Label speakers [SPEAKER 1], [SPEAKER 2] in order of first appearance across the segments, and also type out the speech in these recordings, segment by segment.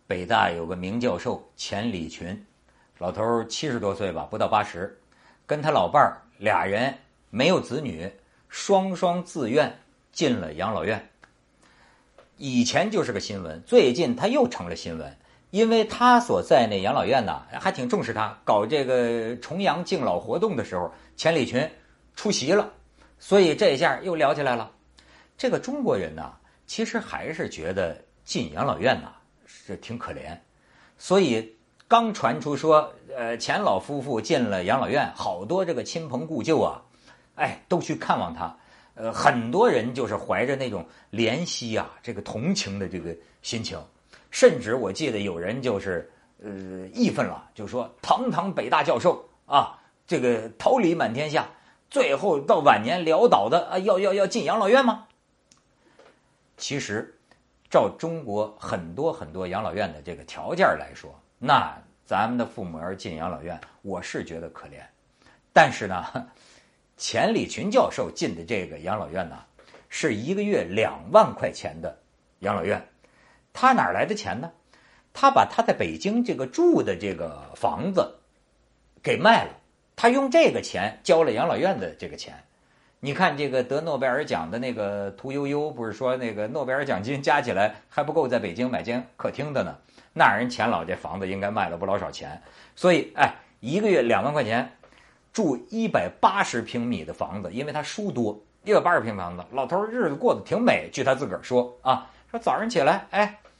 [SPEAKER 1] 北大有个名教授钱理群，老头70多岁吧，不到80，跟他老伴儿俩人没有子女，双双自愿进了养老院。以前就是个新闻，最近他又成了新闻，因为他所在那养老院呢，还挺重视他，搞这个重阳敬老活动的时候，钱理群出席了，所以这一下又聊起来了。这个中国人呢，其实还是觉得进养老院呢是挺可怜，所以刚传出说，钱老夫妇进了养老院，好多这个亲朋故旧啊，都去看望他。很多人就是怀着那种怜惜啊，这个同情的这个心情，甚至我记得有人就是义愤了，就说堂堂北大教授啊，这个桃李满天下，最后到晚年潦倒的啊，要进养老院吗？其实，照中国很多养老院的这个条件来说，那咱们的父母要是进养老院，我是觉得可怜。但是呢，钱理群教授进的这个养老院呢，是1个月2万块钱的养老院，他哪来的钱呢？他把他在北京这个住的这个房子给卖了，他用这个钱交了养老院的这个钱。你看这个得诺贝尔奖的那个屠呦呦，不是说那个诺贝尔奖金加起来还不够在北京买间客厅的呢？那人钱老这房子应该卖了不老少钱，所以1个月2万块钱住180平米的房子，因为他书多，180平米房子，老头日子过得挺美。据他自个儿说啊，说早上起来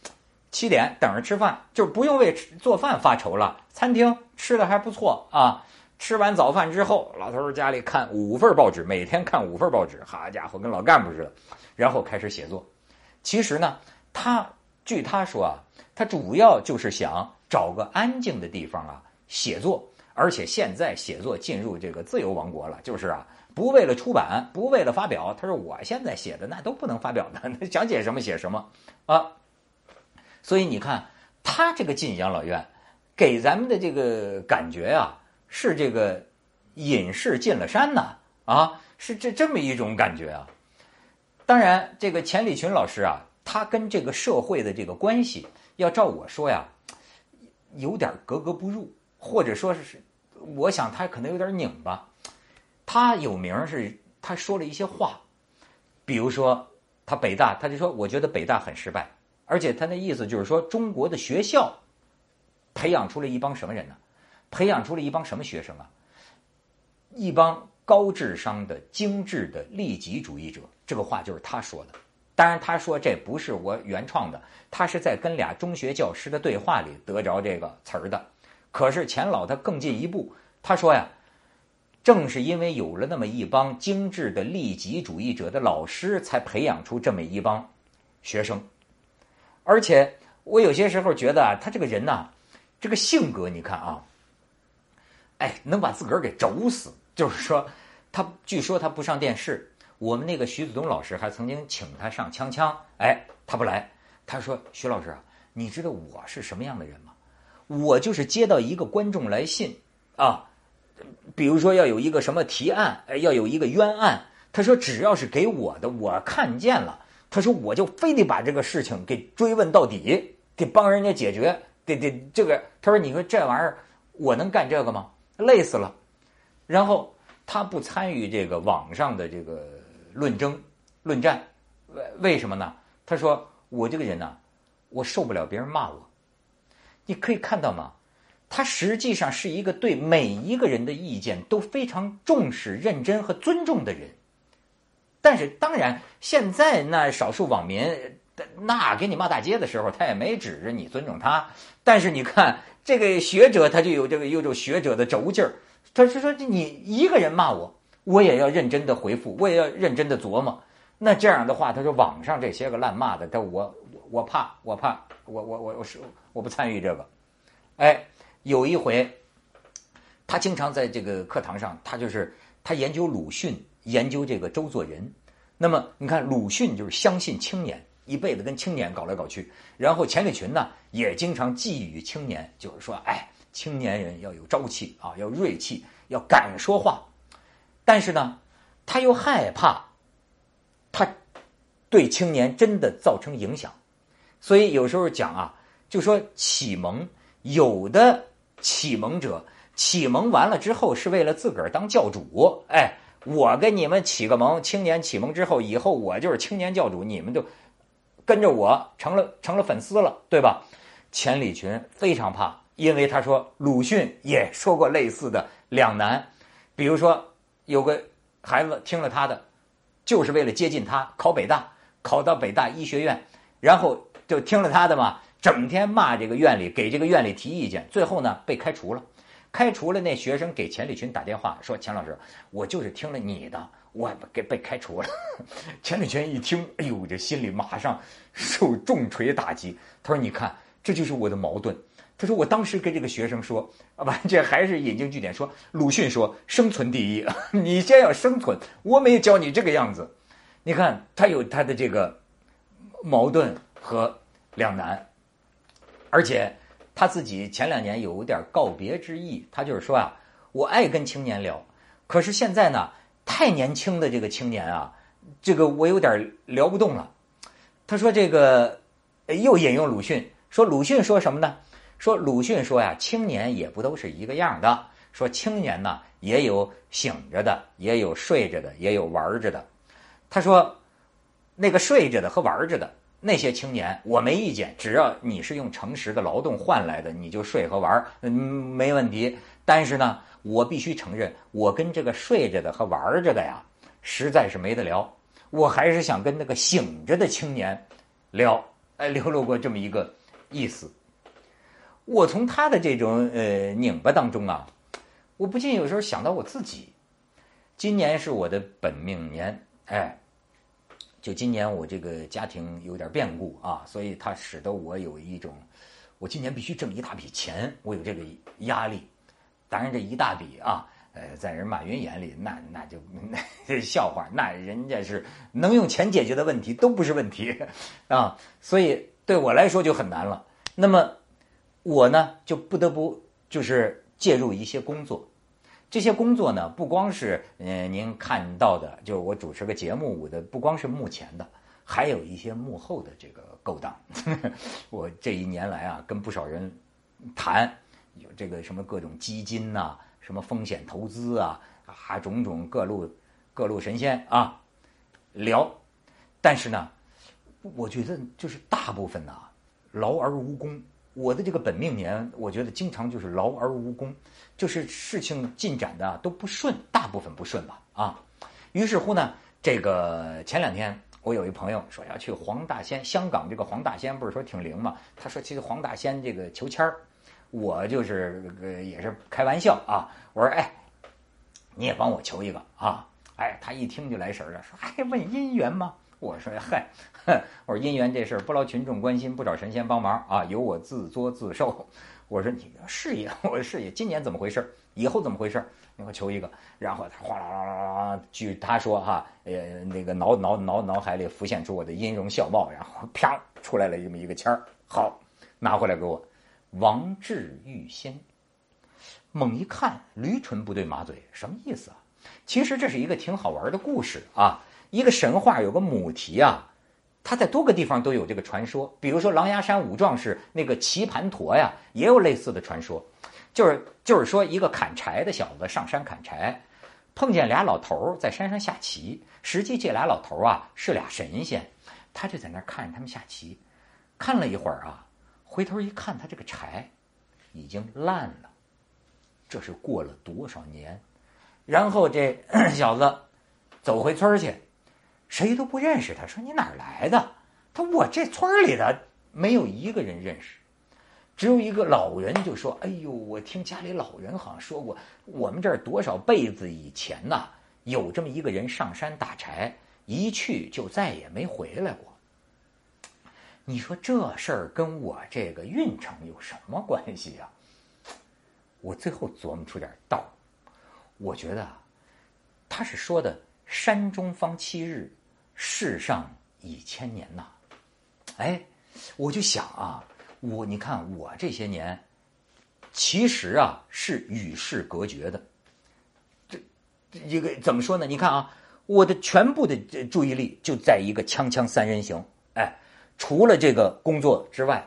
[SPEAKER 1] 7点等着吃饭，就是不用为做饭发愁了，餐厅吃的还不错啊。吃完早饭之后，老头家里看5份报纸，每天看5份报纸，好家伙，跟老干部似的，然后开始写作。其实呢，据他说啊，他主要就是想找个安静的地方啊写作，而且现在写作进入这个自由王国了，就是不为了出版，不为了发表。他说我现在写的那都不能发表的，想写什么写什么啊。所以你看他这个进养老院，给咱们的这个感觉啊，是这个隐士进了山呐，是这么一种感觉啊。当然，这个钱理群老师啊，他跟这个社会的这个关系，要照我说呀，有点格格不入，或者说是，我想他可能有点拧巴。他有名是他说了一些话，比如说他北大，他就说我觉得北大很失败，而且他那意思就是说中国的学校培养出了一帮什么人呢？培养出了一帮什么学生啊？一帮高智商的精致的利己主义者。这个话就是他说的，当然他说这不是我原创的，他是在跟俩中学教师的对话里得着这个词儿的。可是钱老他更进一步，他说呀，正是因为有了那么一帮精致的利己主义者的老师，才培养出这么一帮学生。而且我有些时候觉得他这个人呐，这个性格你看啊，能把自个儿给轴死。就是说据说他不上电视，我们那个徐子东老师还曾经请他上锵锵，他不来。他说徐老师啊，你知道我是什么样的人吗？我就是接到一个观众来信啊，比如说要有一个什么提案，要有一个冤案，他说只要是给我的，我看见了，他说我就非得把这个事情给追问到底，得帮人家解决，得这个。他说你说这玩意儿我能干这个吗？累死了。然后他不参与这个网上的这个论战，为什么呢？他说我这个人呢，我受不了别人骂我。你可以看到吗？他实际上是一个对每一个人的意见都非常重视、认真和尊重的人。但是当然，现在那少数网民那给你骂大街的时候，他也没指着你尊重他。但是你看这个学者，他就有种学者的轴劲儿。他是说你一个人骂我，我也要认真的回复，我也要认真的琢磨。那这样的话，他说网上这些个烂骂的，我怕，我不参与这个。有一回，他经常在这个课堂上，他研究鲁迅，研究这个周作人。那么你看，鲁迅就是相信青年，一辈子跟青年搞来搞去。然后钱理群呢，也经常寄语青年，就是说，青年人要有朝气啊，要锐气，要敢说话。但是呢，他又害怕他对青年真的造成影响，所以有时候讲就说启蒙，有的启蒙者启蒙完了之后是为了自个儿当教主，哎，我给你们启个蒙，青年启蒙之后，以后我就是青年教主，你们就跟着我成了粉丝了，对吧？钱理群非常怕，因为他说鲁迅也说过类似的两难，比如说有个孩子听了他的，就是为了接近他，考北大，考到北大医学院，然后就听了他的嘛，整天骂这个院里，给这个院里提意见，最后呢被开除了。开除了，那学生给钱理群打电话说：“钱老师，我就是听了你的，我被开除了。”钱理群一听，哎呦，这心里马上受重锤打击。他说：“你看，这就是我的矛盾。”他说：“我当时跟这个学生说，完这还是引经据典说，鲁迅说生存第一，你先要生存，我没有教你这个样子。你看，他有他的这个矛盾和两难，而且。”他自己前2年有点告别之意，他就是说啊，我爱跟青年聊，可是现在呢，太年轻的这个青年啊，这个我有点聊不动了。他说这个又引用鲁迅，说鲁迅说什么呢？说鲁迅说呀，青年也不都是一个样的，说青年呢也有醒着的，也有睡着的，也有玩着的。他说那个睡着的和玩着的。那些青年我没意见，只要你是用诚实的劳动换来的，你就睡和玩，没问题。但是呢，我必须承认，我跟这个睡着的和玩着的呀，实在是没得聊。我还是想跟那个醒着的青年聊，流露过这么一个意思。我从他的这种拧巴当中啊，我不禁有时候想到我自己。今年是我的本命年，哎。就今年我这个家庭有点变故啊，所以它使得我有一种，我今年必须挣一大笔钱，我有这个压力。当然这一大笔啊，在人马云眼里那就笑话，那人家是能用钱解决的问题都不是问题啊，所以对我来说就很难了。那么我呢就不得不就是介入一些工作。这些工作呢，不光是您看到的，就是我主持个节目的，不光是幕前的，还有一些幕后的这个勾当。我这1年来啊，跟不少人谈，有这个什么各种基金呐、什么风险投资啊，种种各路神仙啊聊。但是呢，我觉得就是大部分呢劳而无功。我的这个本命年，我觉得经常就是劳而无功，就是事情进展的都不顺，大部分不顺吧啊。于是乎呢，这个前2天我有一朋友说要去黄大仙，香港这个黄大仙不是说挺灵嘛？他说其实黄大仙这个求签儿，我就是也是开玩笑啊。我说哎，你也帮我求一个啊？哎，他一听就来神了，说还问姻缘吗？我说嗨，我说姻缘这事儿不劳群众关心，不找神仙帮忙啊，由我自作自受。我说你事业，我的事业今年怎么回事？以后怎么回事？你给我求一个。然后他哗啦啦啦啦，据他说哈，那个脑海里浮现出我的音容笑貌，然后啪出来了这么一个签儿，好，拿回来给我。王志玉仙，猛一看，驴唇不对马嘴，什么意思啊？其实这是一个挺好玩的故事啊。一个神话有个母题啊，它在多个地方都有这个传说。比如说狼牙山五壮士那个棋盘陀呀，也有类似的传说。就是说一个砍柴的小子上山砍柴，碰见俩老头在山上下棋。实际这俩老头啊是俩神仙，他就在那看他们下棋。看了一会儿啊，回头一看，他这个柴已经烂了，这是过了多少年？然后这小子走回村去。谁都不认识他，说你哪儿来的？他说我这村里的没有一个人认识，只有一个老人就说：“哎呦，我听家里老人好像说过，我们这儿多少辈子以前呐，有这么一个人上山打柴，一去就再也没回来过。”你说这事儿跟我这个运程有什么关系呀？我最后琢磨出点道，我觉得他是说的山中方7日，世上已千年呐。哎，我就想啊，你看我这些年其实啊是与世隔绝的。这个怎么说呢？你看啊，我的全部的注意力就在一个锵锵3人行。哎，除了这个工作之外，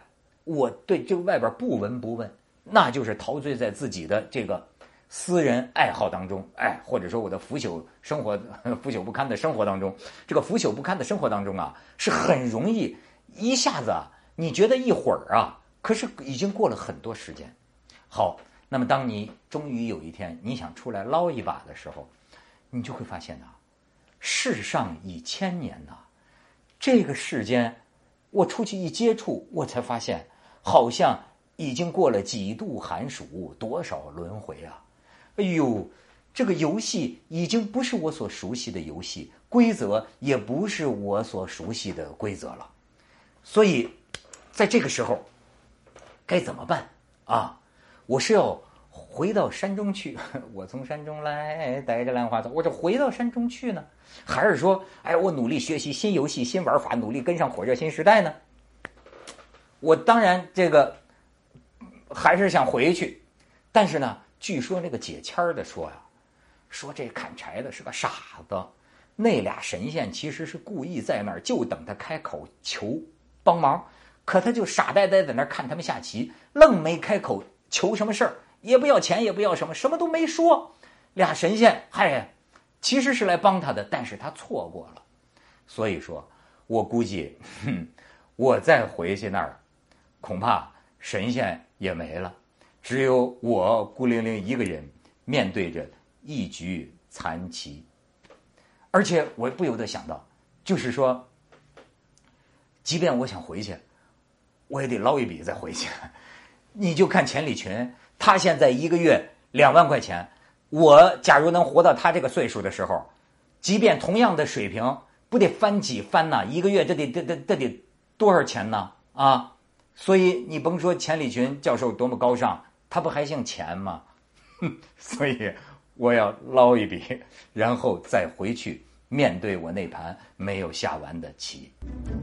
[SPEAKER 1] 我对这个外边不闻不问，那就是陶醉在自己的这个私人爱好当中，或者说我的腐朽不堪的生活当中，这个腐朽不堪的生活当中啊，是很容易一下子你觉得一会儿可是已经过了很多时间。好，那么当你终于有一天你想出来捞一把的时候，你就会发现世上已千年这个世间我出去一接触，我才发现好像已经过了几度寒暑，多少轮回哎呦，这个游戏已经不是我所熟悉的游戏，规则也不是我所熟悉的规则了。所以在这个时候该怎么办我是要回到山中去，我从山中来，带着兰花草，我就回到山中去呢？还是说我努力学习新游戏新玩法，努力跟上火热新时代呢？我当然这个还是想回去，但是呢，据说那个解签的说说这砍柴的是个傻子，那俩神仙其实是故意在那儿就等他开口求帮忙，可他就傻呆呆在那儿看他们下棋，愣没开口求什么事儿，也不要钱也不要什么都没说。俩神仙其实是来帮他的，但是他错过了。所以说我估计我再回去那儿恐怕神仙也没了，只有我孤零零一个人面对着一局残棋。而且我不由得想到，就是说即便我想回去，我也得捞一笔再回去。你就看钱理群，他现在一个月2万块钱，我假如能活到他这个岁数的时候，即便同样的水平，不得翻几番呢？一个月这得多少钱呢？所以你甭说钱理群教授多么高尚，他不还姓钱吗？所以我要捞一笔，然后再回去面对我那盘没有下完的棋。